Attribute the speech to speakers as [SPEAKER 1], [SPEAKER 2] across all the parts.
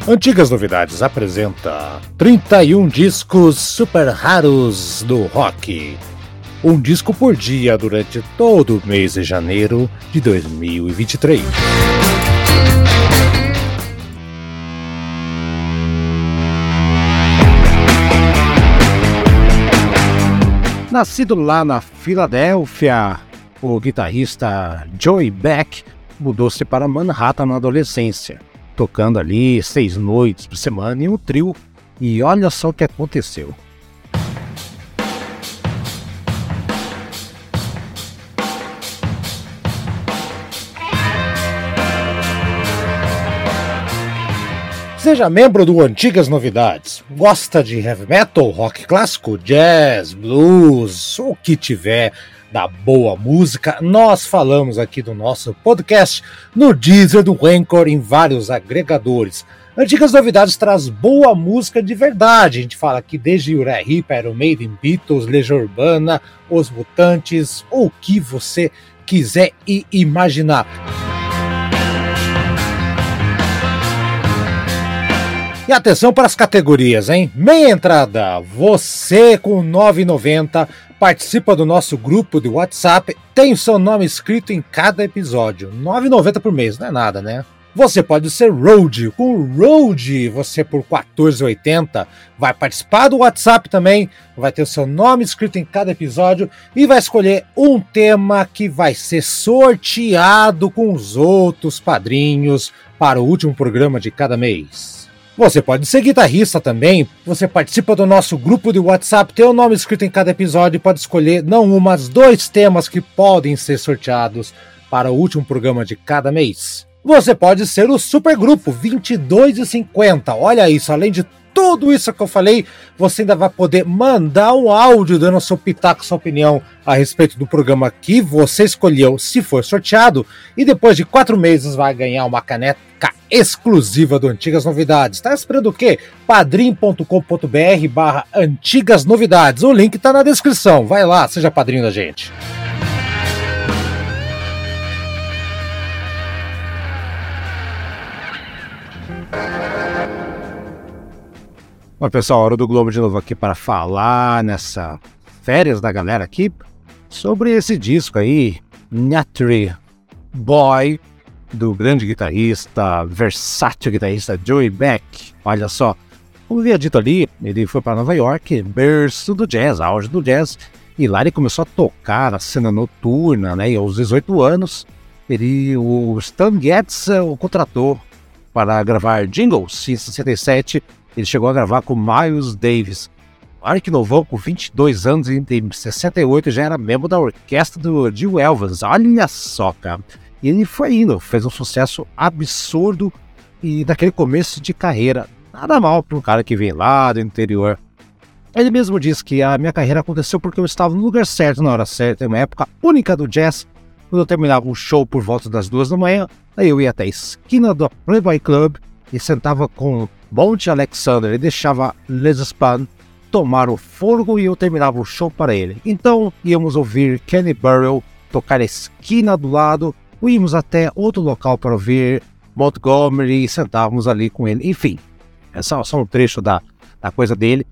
[SPEAKER 1] Antigas Novidades apresenta 31 discos super raros do rock. Um disco por dia durante todo o mês de janeiro de 2023. Nascido lá na Filadélfia, o guitarrista Joey Beck mudou-se para Manhattan na adolescência, tocando ali 6 noites por semana em um trio, e olha só o que aconteceu. Seja membro do Antigas Novidades. Gosta de heavy metal, rock clássico, jazz, blues, o que tiver da boa música, nós falamos aqui do nosso podcast no Deezer, do Anchor, em vários agregadores. Antigas Novidades traz boa música de verdade. A gente fala aqui desde Uriah Heep, Iron Maiden, Beatles, Legião Urbana, Os Mutantes, o que você quiser e imaginar. E atenção para as categorias, hein? Meia entrada, você com R$ 9,90 participa do nosso grupo de WhatsApp, tem o seu nome escrito em cada episódio. R$ 9,90 por mês, não é nada, né? Você pode ser Road. Com o Road, você por R$ 14,80 vai participar do WhatsApp também, vai ter o seu nome escrito em cada episódio e vai escolher um tema que vai ser sorteado com os outros padrinhos para o último programa de cada mês. Você pode ser guitarrista também, você participa do nosso grupo de WhatsApp, tem o nome escrito em cada episódio e pode escolher não um, mas 2 temas que podem ser sorteados para o último programa de cada mês. Você pode ser o supergrupo, R$ 22,50. Olha isso, além de tudo isso que eu falei, você ainda vai poder mandar um áudio dando seu pitaco, sua opinião a respeito do programa que você escolheu, se for sorteado, e depois de 4 meses vai ganhar uma caneca exclusiva do Antigas Novidades. Tá esperando o quê? padrim.com.br/Antigas Novidades. O link tá na descrição. Vai lá, seja padrinho da gente. Bom, pessoal, hora do Globo de novo aqui para falar nessa férias da galera aqui sobre esse disco aí, Nature Boy, do grande guitarrista, versátil guitarrista Joey Beck. Olha só, como havia dito ali, ele foi para Nova York, berço do jazz, auge do jazz, e lá ele começou a tocar a cena noturna, né? E aos 18 anos, o Stan Getz o contratou para gravar jingles. Em 67, ele chegou a gravar com Miles Davis. Olha que novão, com 22 anos, e em 68 já era membro da orquestra do Gil Evans. Olha só, cara. E ele foi indo, fez um sucesso absurdo e naquele começo de carreira, nada mal para um cara que vem lá do interior. Ele mesmo disse que a minha carreira aconteceu porque eu estava no lugar certo, na hora certa, em uma época única do jazz. Quando eu terminava um show por volta das 2 da manhã, aí eu ia até a esquina do Playboy Club e sentava com Monty Alexander e deixava Les Span tomar o fôlego e eu terminava o show para ele. Então íamos ouvir Kenny Burrell tocar a esquina do lado, íamos até outro local para ouvir Montgomery e sentávamos ali com ele. Enfim, é só um trecho da coisa dele,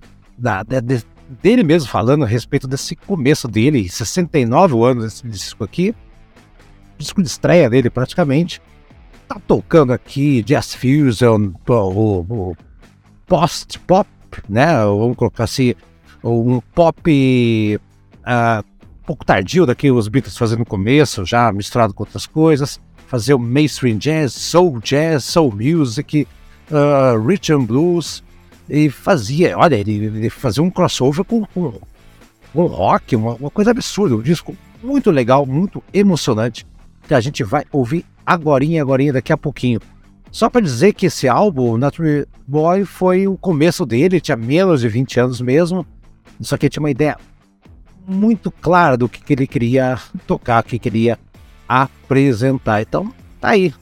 [SPEAKER 1] dele mesmo falando a respeito desse começo dele, 69 anos esse disco aqui, disco de estreia dele praticamente. Tá tocando aqui jazz fusion, o post-pop, né? Vamos colocar assim, um pop um pouco tardio daqui os Beatles fazendo no começo, já misturado com outras coisas, fazer o mainstream jazz, soul music, rhythm and blues, e fazia, olha, ele fazia um crossover com rock, uma coisa absurda, um disco muito legal, muito emocionante, que a gente vai ouvir agorinha, daqui a pouquinho. Só para dizer que esse álbum, Nature Boy, foi o começo dele, tinha menos de 20 anos mesmo, só que tinha uma ideia muito clara do que ele queria tocar, que queria apresentar. Então, tá aí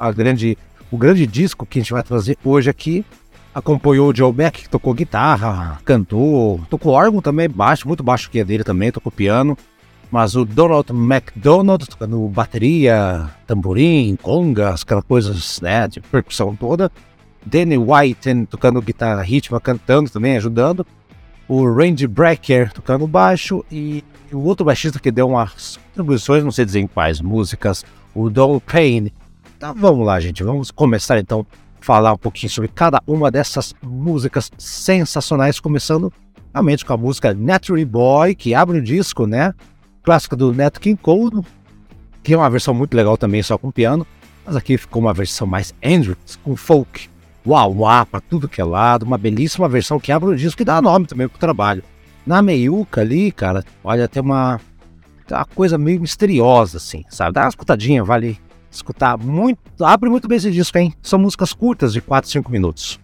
[SPEAKER 1] o grande disco que a gente vai trazer hoje aqui. Acompanhou o Joe Beck, que tocou guitarra, cantou, tocou órgão também, baixo, muito baixo que é dele também, tocou piano. Mas o Donald McDonald tocando bateria, tamborim, congas, aquelas coisas, né, de percussão toda. Danny White tocando guitarra rítmica, cantando também, ajudando. O Randy Brecker tocando baixo e o outro baixista que deu umas contribuições, não sei dizer em quais músicas, o Don Payne. Então vamos lá, gente, vamos começar então a falar um pouquinho sobre cada uma dessas músicas sensacionais, começando realmente com a música Naturally Boy, que abre o disco, né? Clássica do Nat King Cole, que é uma versão muito legal também, só com piano, mas aqui ficou uma versão mais Hendrix, com folk. Uau, pra tudo que é lado, uma belíssima versão que abre o disco e dá nome também pro trabalho. Na meiuca ali, cara, olha, tem uma coisa meio misteriosa, assim, sabe? Dá uma escutadinha, vale escutar muito, abre muito bem esse disco, hein? São músicas curtas de 4, 5 minutos.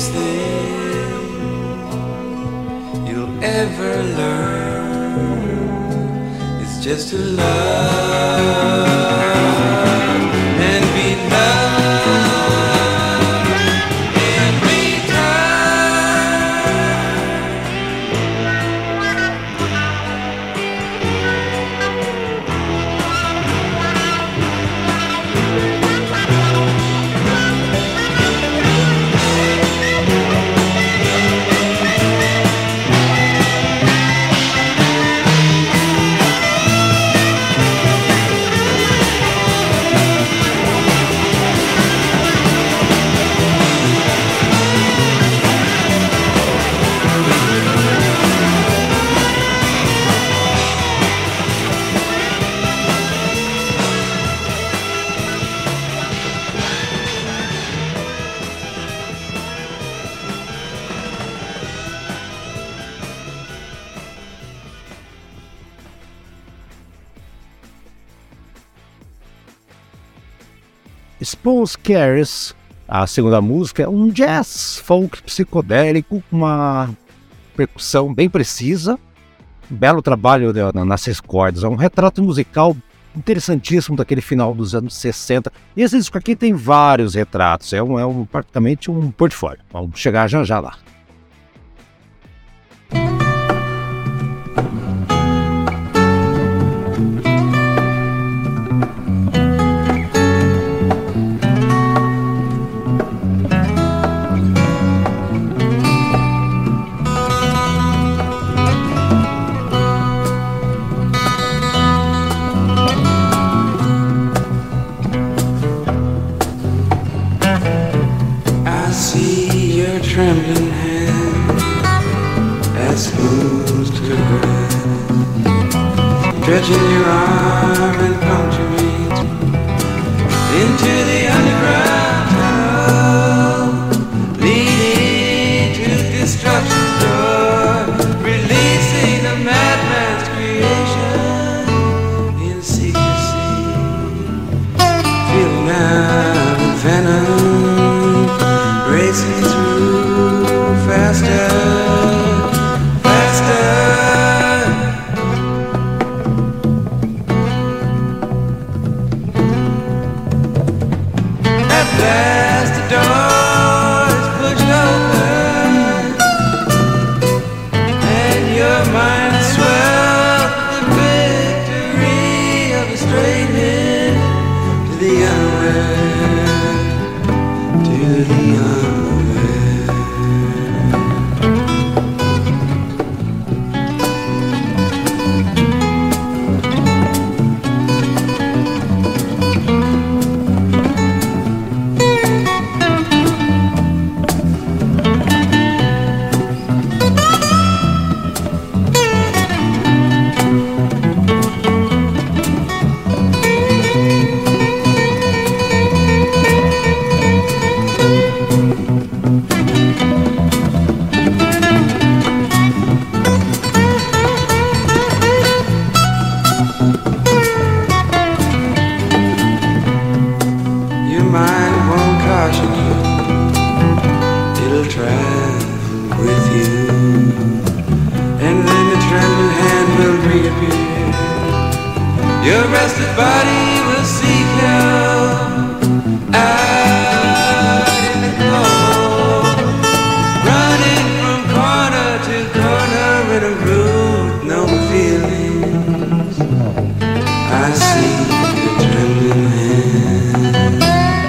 [SPEAKER 2] greatest thing you'll ever learn is just to love and be loved in
[SPEAKER 1] Spoons Carries, a segunda música, é um jazz folk psicodélico com uma percussão bem precisa, um belo trabalho nas 6 cordas, é um retrato musical interessantíssimo daquele final dos anos 60. E esse disco aqui tem vários retratos, praticamente um portfólio. Vamos chegar já lá.
[SPEAKER 2] trembling hand as spoons to the breast, stretching your arm and puncturing into the underground tunnel, leading to destruction's door, releasing the madman's creation in secrecy. Feel now venom racing through faster, faster. At last the door is pushed open, and your mind swells with the victory of the straightening to the unaware, to the unaware. Your restless body will seek help out in the cold, running from corner to corner with a root, no feelings. I see your trembling hand.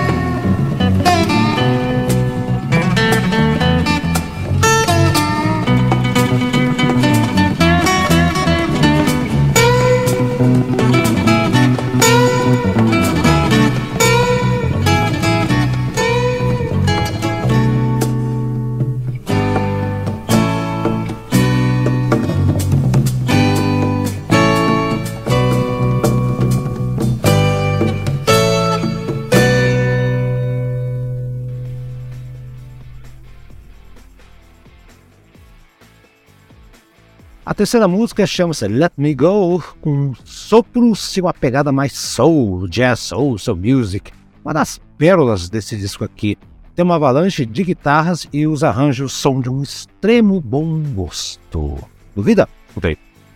[SPEAKER 1] A terceira música chama-se Let Me Go, com sopros e uma pegada mais soul, jazz, soul music. Uma das pérolas desse disco aqui. tem uma avalanche de guitarras e os arranjos são de um extremo bom gosto. Duvida? Escuta aí.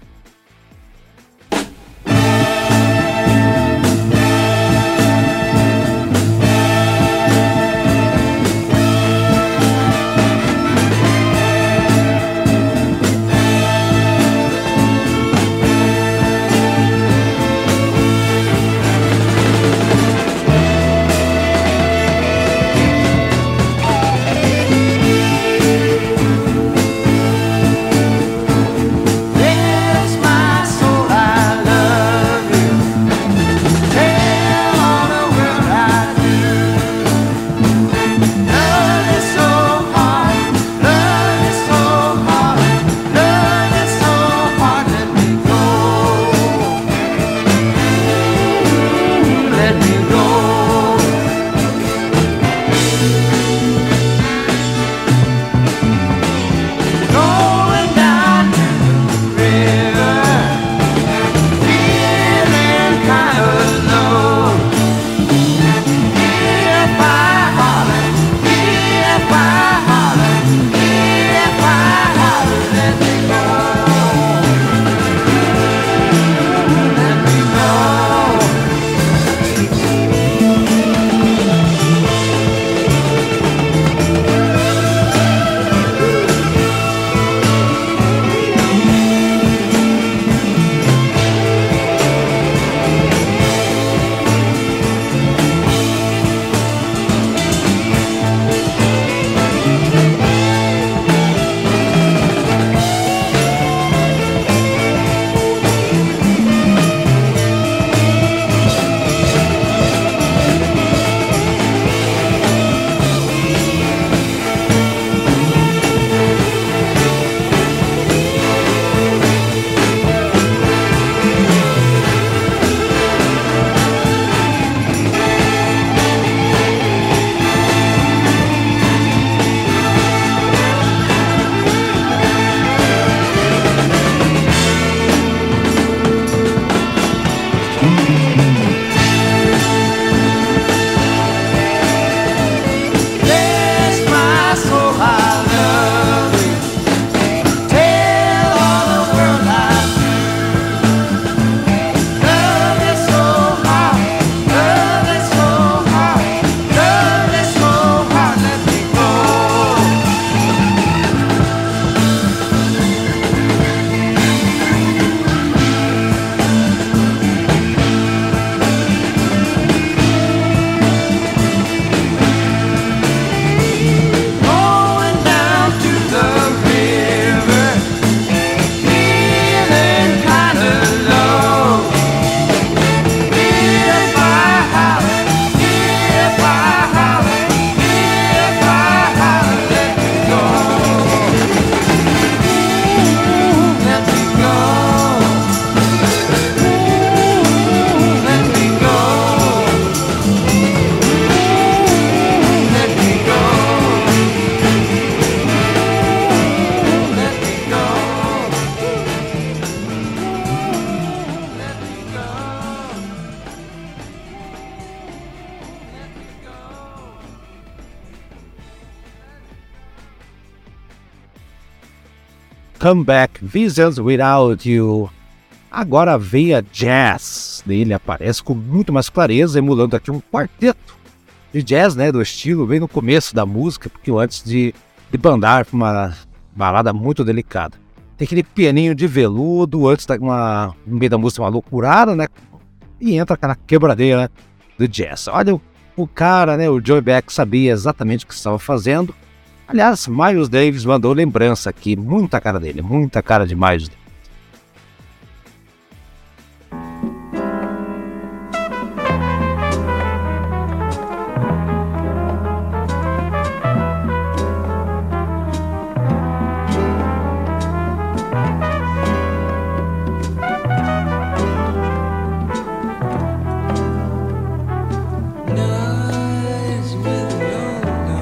[SPEAKER 1] Come Back, Visions Without You. Agora a veia jazz dele aparece com muito mais clareza, emulando aqui um quarteto de jazz, né, do estilo bem no começo da música, porque antes de bandar para uma balada muito delicada. Tem aquele pianinho de veludo, antes no meio da música uma loucurada, né, e entra aquela quebradeira, né, do jazz. Olha, o cara, né, o Joey Beck sabia exatamente o que estava fazendo. Aliás, Miles Davis mandou lembrança aqui, muita cara dele, muita cara de Miles Davis.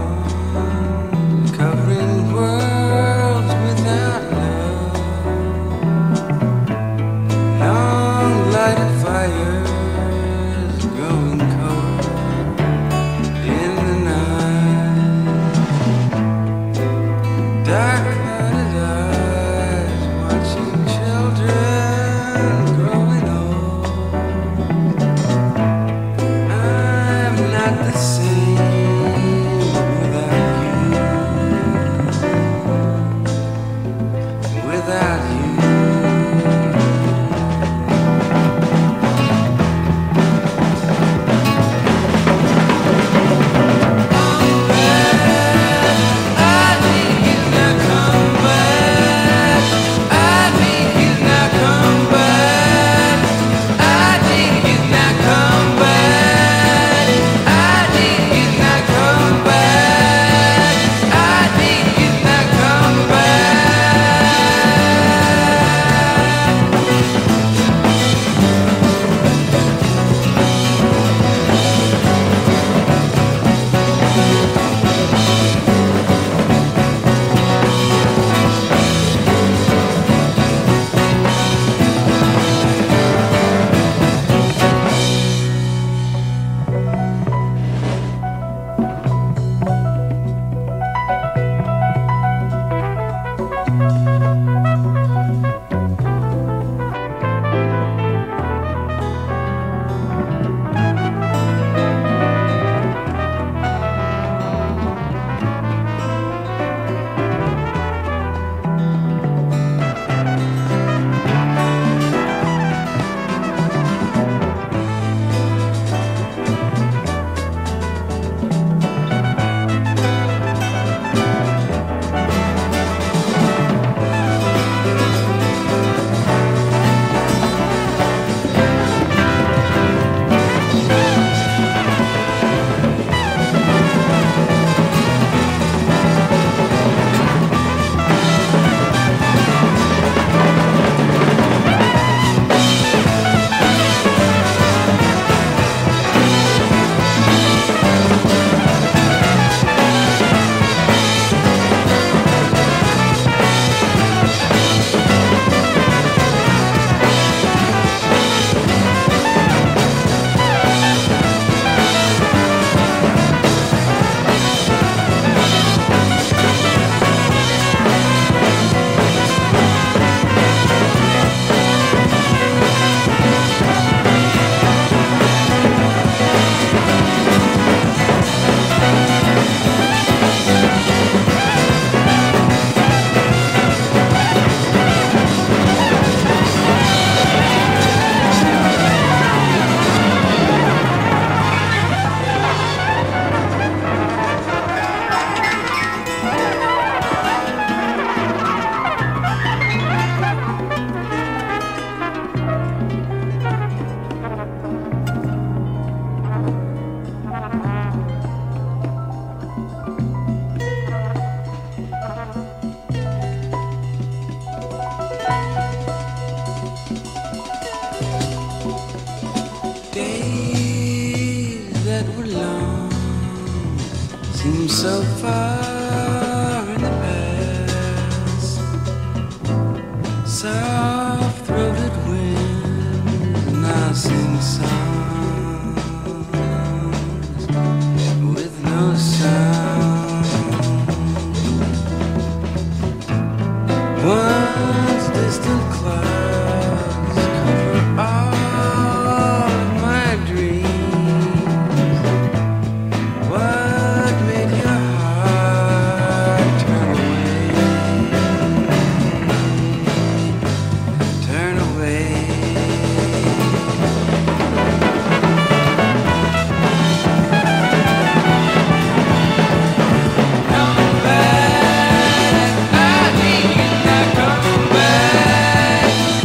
[SPEAKER 2] Covering worlds without love. dark clouded eyes, watching children growing old. I'm not the same without you. Without you. Seems so far in the past. Soft-throated winds now sing songs with no sound. Once distant clouds cover all of my dreams. What made your heart turn away? Turn away. Come back, I need you now. Come back.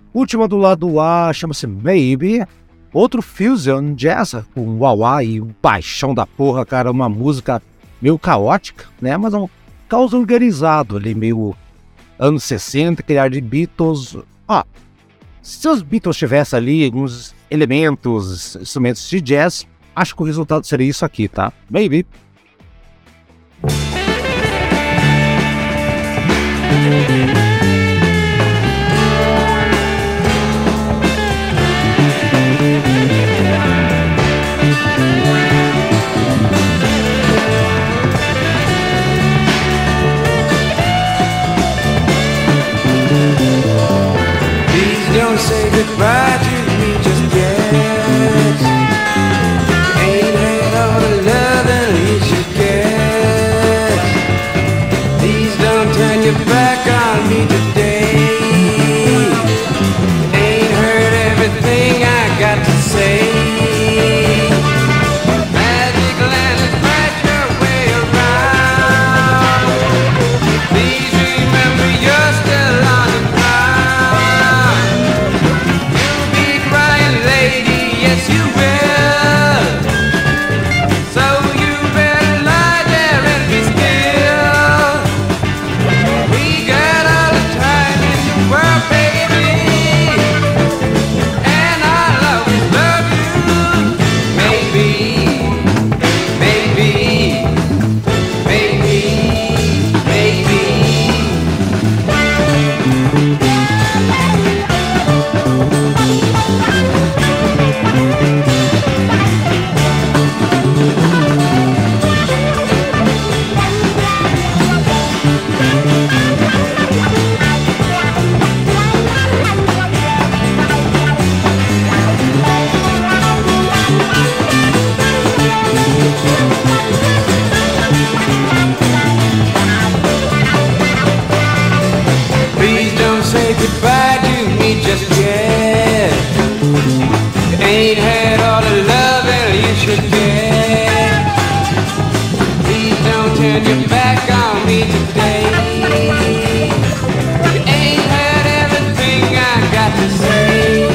[SPEAKER 1] Última do lado A chama-se Maybe. Outro fusion jazz com wah-wah e um paixão da porra, cara. Uma música meio caótica, né? Mas é um caos organizado ali, meio anos 60, aquele ar de Beatles. Se os Beatles tivessem ali alguns elementos, instrumentos de jazz, acho que o resultado seria isso aqui, tá? Maybe.
[SPEAKER 2] Don't say goodbye to me just yet. Ain't had all the loving you should get. Please don't turn your back on me today. Ain't heard everything I got to say. Magic land is right your way around. Please remember you're still on the ground. Yes, you will. So you better lie there and be still. We got all the time in the world, baby, and I'll always love you. Maybe, maybe, maybe, maybe. Please don't say goodbye to me just yet. You ain't had all the loving you should get. Please don't turn your back on me today. You ain't had everything I got to say.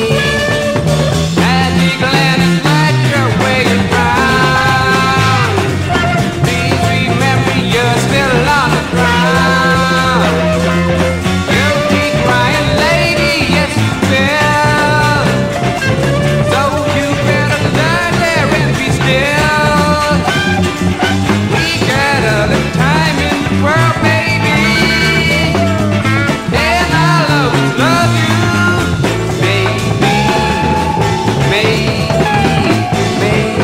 [SPEAKER 2] Magic land is right your way around. Please remember you're still on the ground. You'll be crying, lady, yes you will. So you better lie there and be still. We got all the time in the world, baby, and I'll always love you. Maybe, maybe, maybe,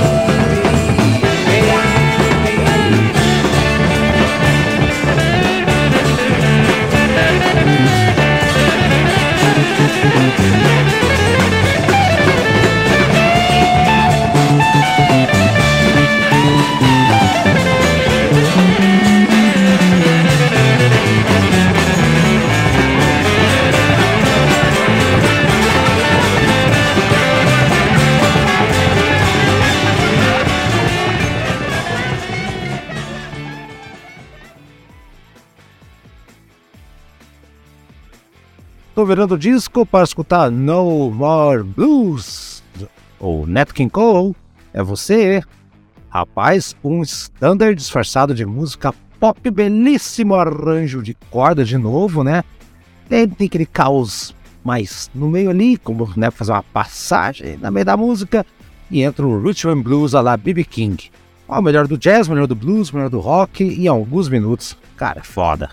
[SPEAKER 1] Tô virando disco para escutar No More Blues, ou Nat King Cole, é você. Rapaz, um standard disfarçado de música pop, belíssimo arranjo de corda de novo, né? Tem aquele caos mais no meio ali, como, né, fazer uma passagem no meio da música, e entra o Rhythm and Blues a la B.B. King. O melhor do jazz, o melhor do blues, o melhor do rock, em alguns minutos. Cara, é foda.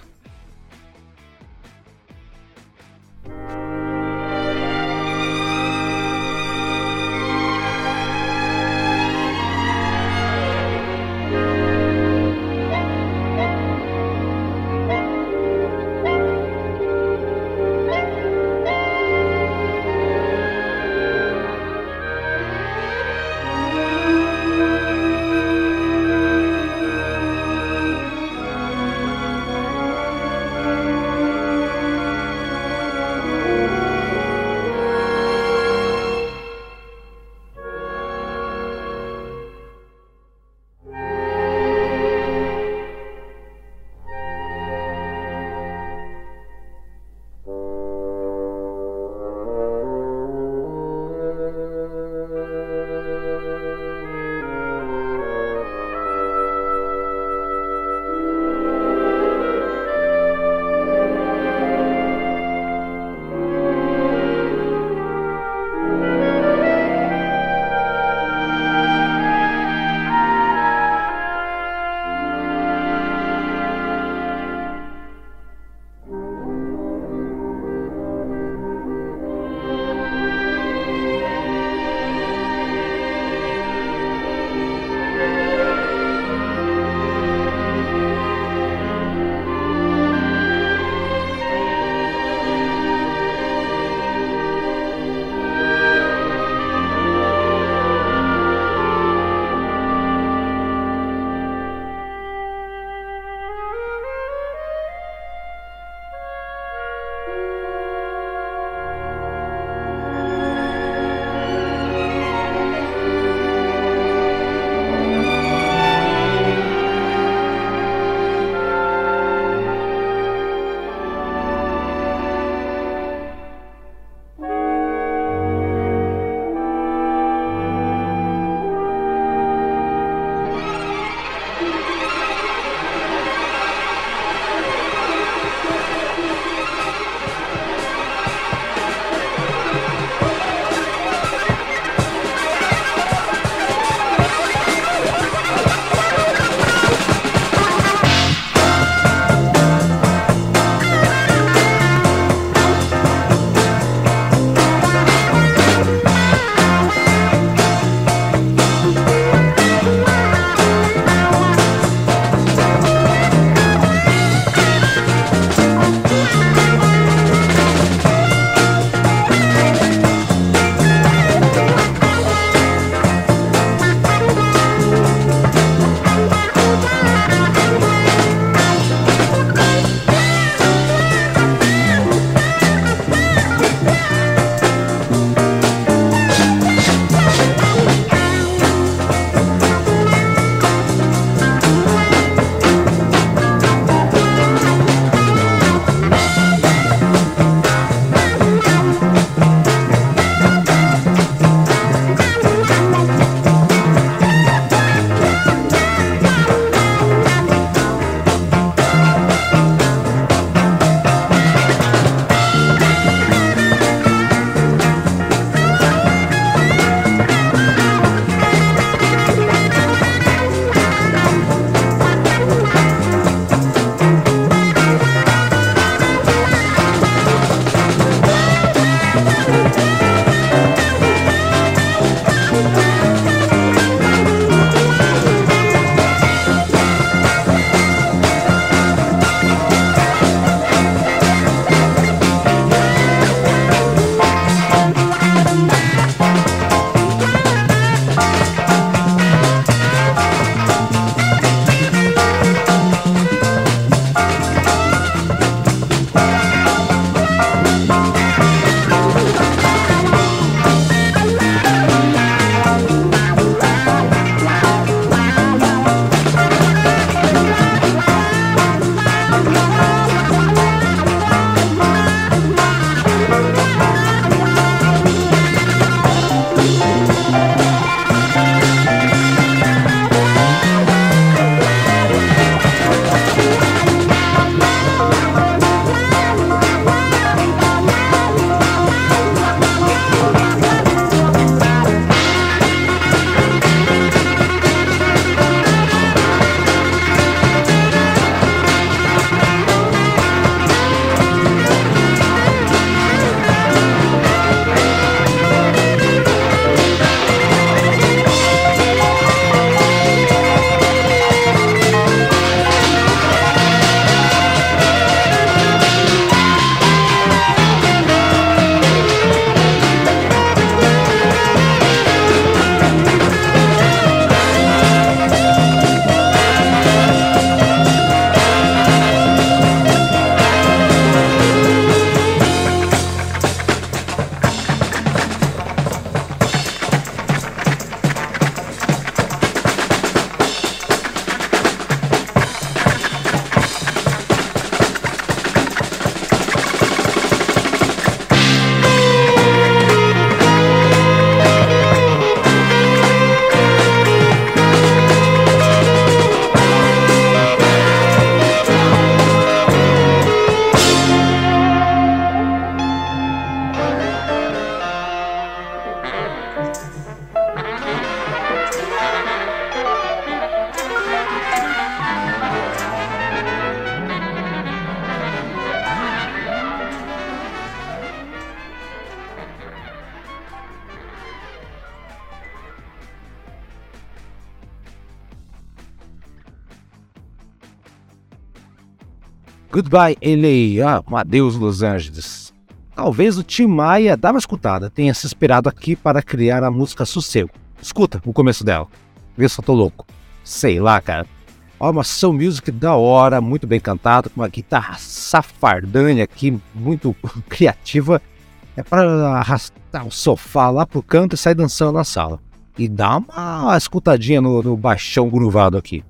[SPEAKER 1] Goodbye LA, um adeus Los Angeles. Talvez o Tim Maia, dá uma escutada, tenha se inspirado aqui para criar a música Sossego. Escuta o começo dela, vê se eu tô louco. Sei lá, cara. Ó, uma soul music da hora, muito bem cantado, com uma guitarra safardânea aqui, muito criativa. É para arrastar o sofá lá pro canto e sair dançando na sala. E dá uma escutadinha no baixão groovado aqui.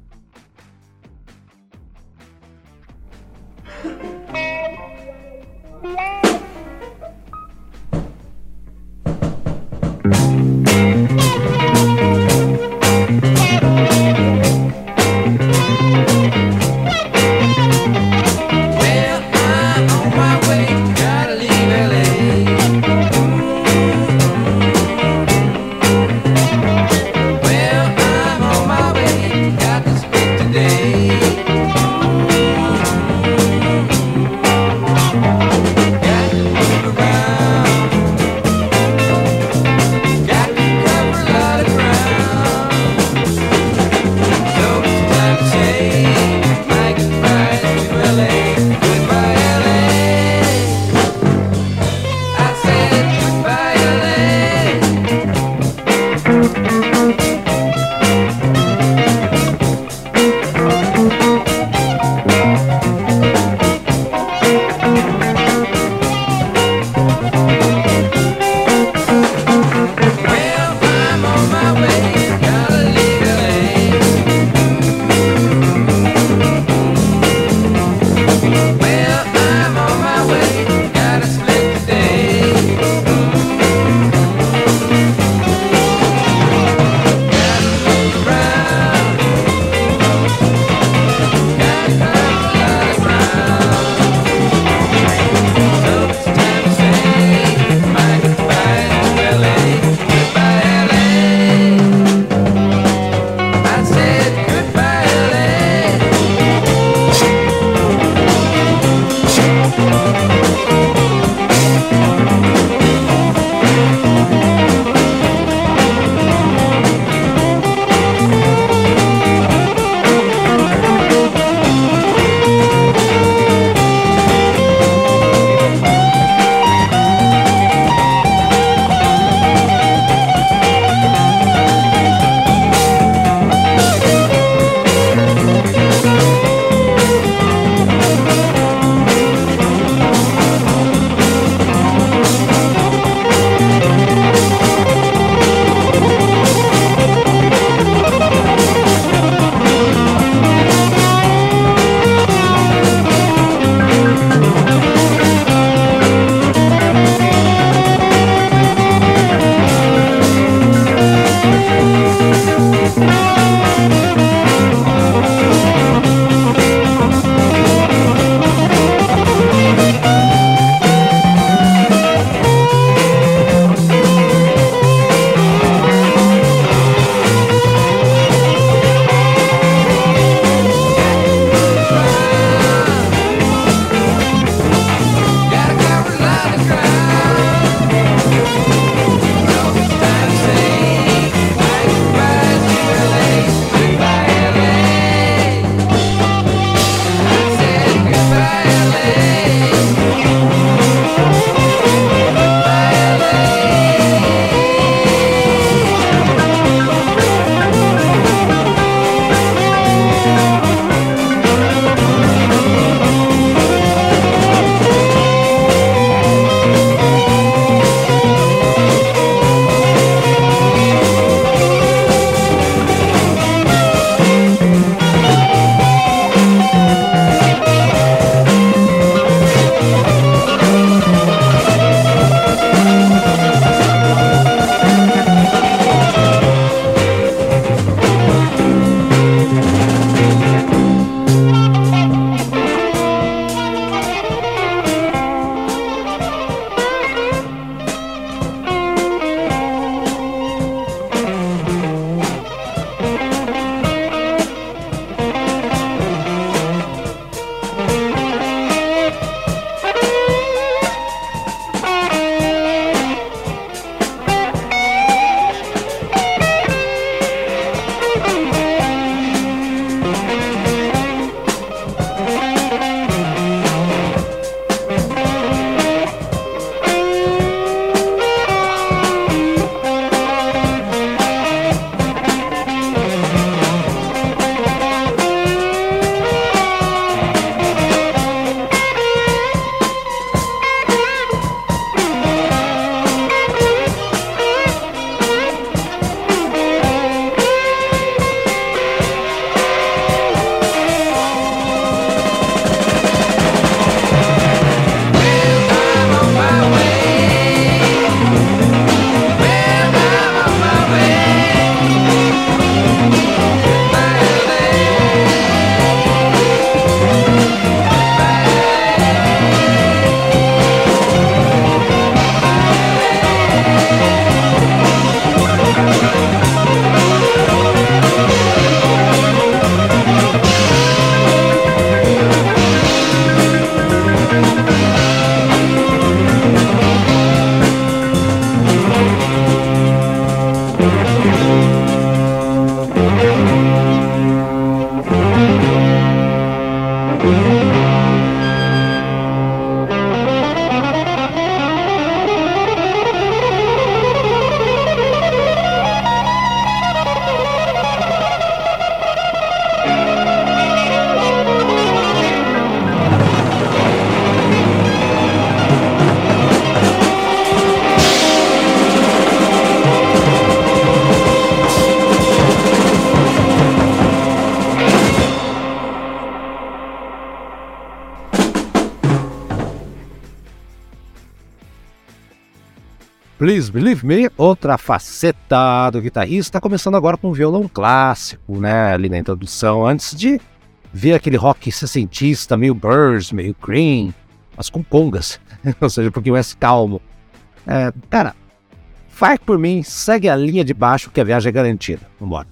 [SPEAKER 2] Got this
[SPEAKER 1] Please Believe Me, outra faceta do guitarrista, começando agora com um violão clássico, né, ali na introdução, antes de ver aquele rock sessentista, meio Birds, meio Cream, mas com congas, ou seja, um pouquinho mais calmo. Cara, vai por mim, segue a linha de baixo que a viagem é garantida. Vambora.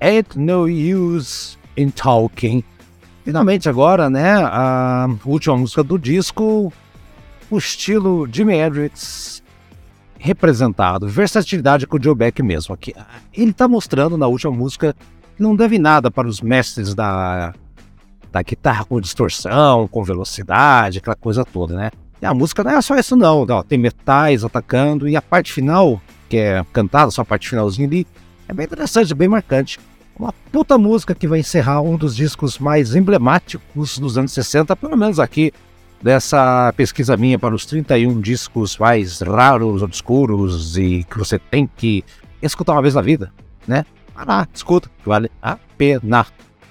[SPEAKER 1] Ain't No Use in Talking. Finalmente agora, né, a última música do disco, o estilo Jimi Hendrix representado, versatilidade com o Joe Beck mesmo aqui. Ele tá mostrando na última música que não deve nada para os mestres da guitarra com distorção, com velocidade, aquela coisa toda, né? E a música não é só isso não, tem metais atacando e a parte final, que é cantada, só a parte finalzinha ali, é bem interessante, bem marcante. Uma puta música que vai encerrar um dos discos mais emblemáticos dos anos 60, pelo menos aqui, dessa pesquisa minha para os 31 discos mais raros, obscuros e que você tem que escutar uma vez na vida, né? Vai lá, escuta, que vale a pena.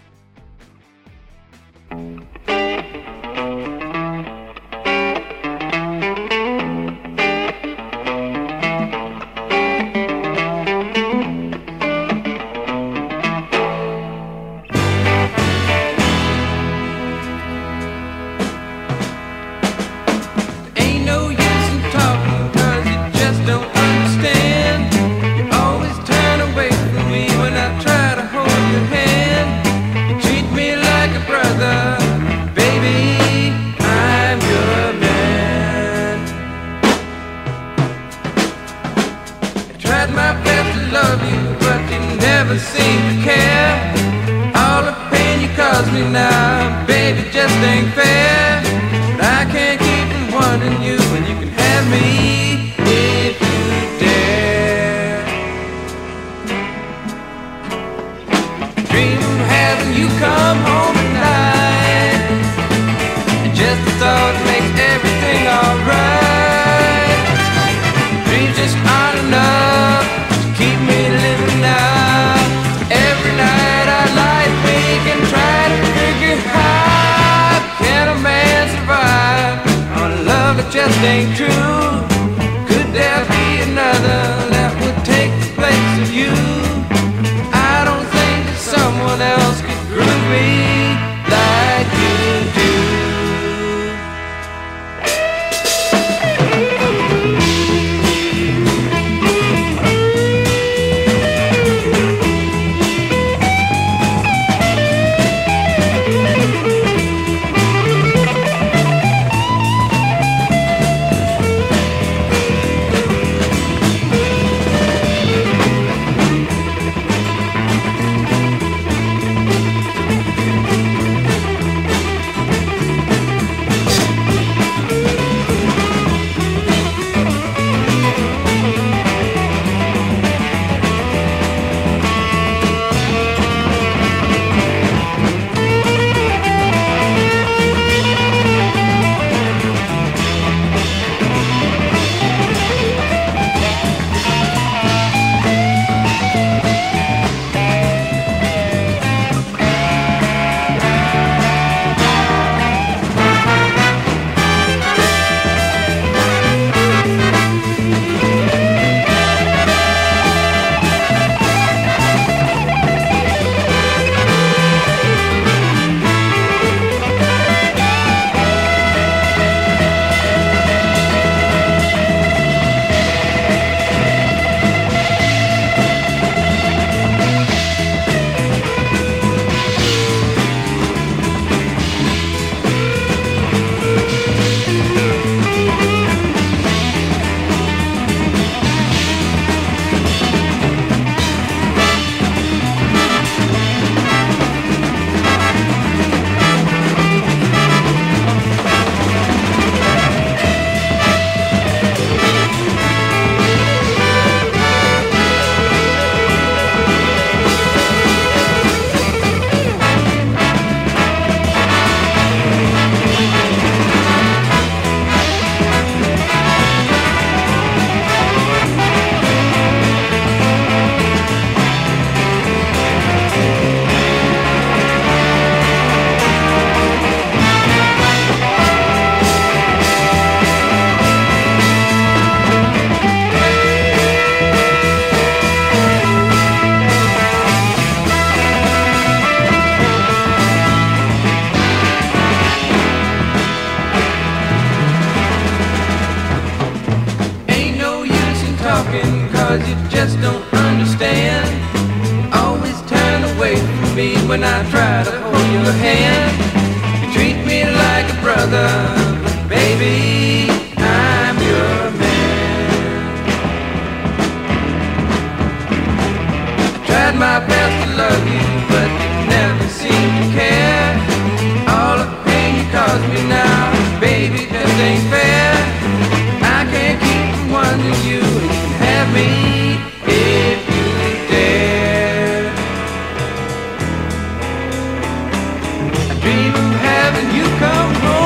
[SPEAKER 2] Just ain't true. Could there be another that would take the place of you? I don't think that someone else could groove me like you do. dream of having you come home.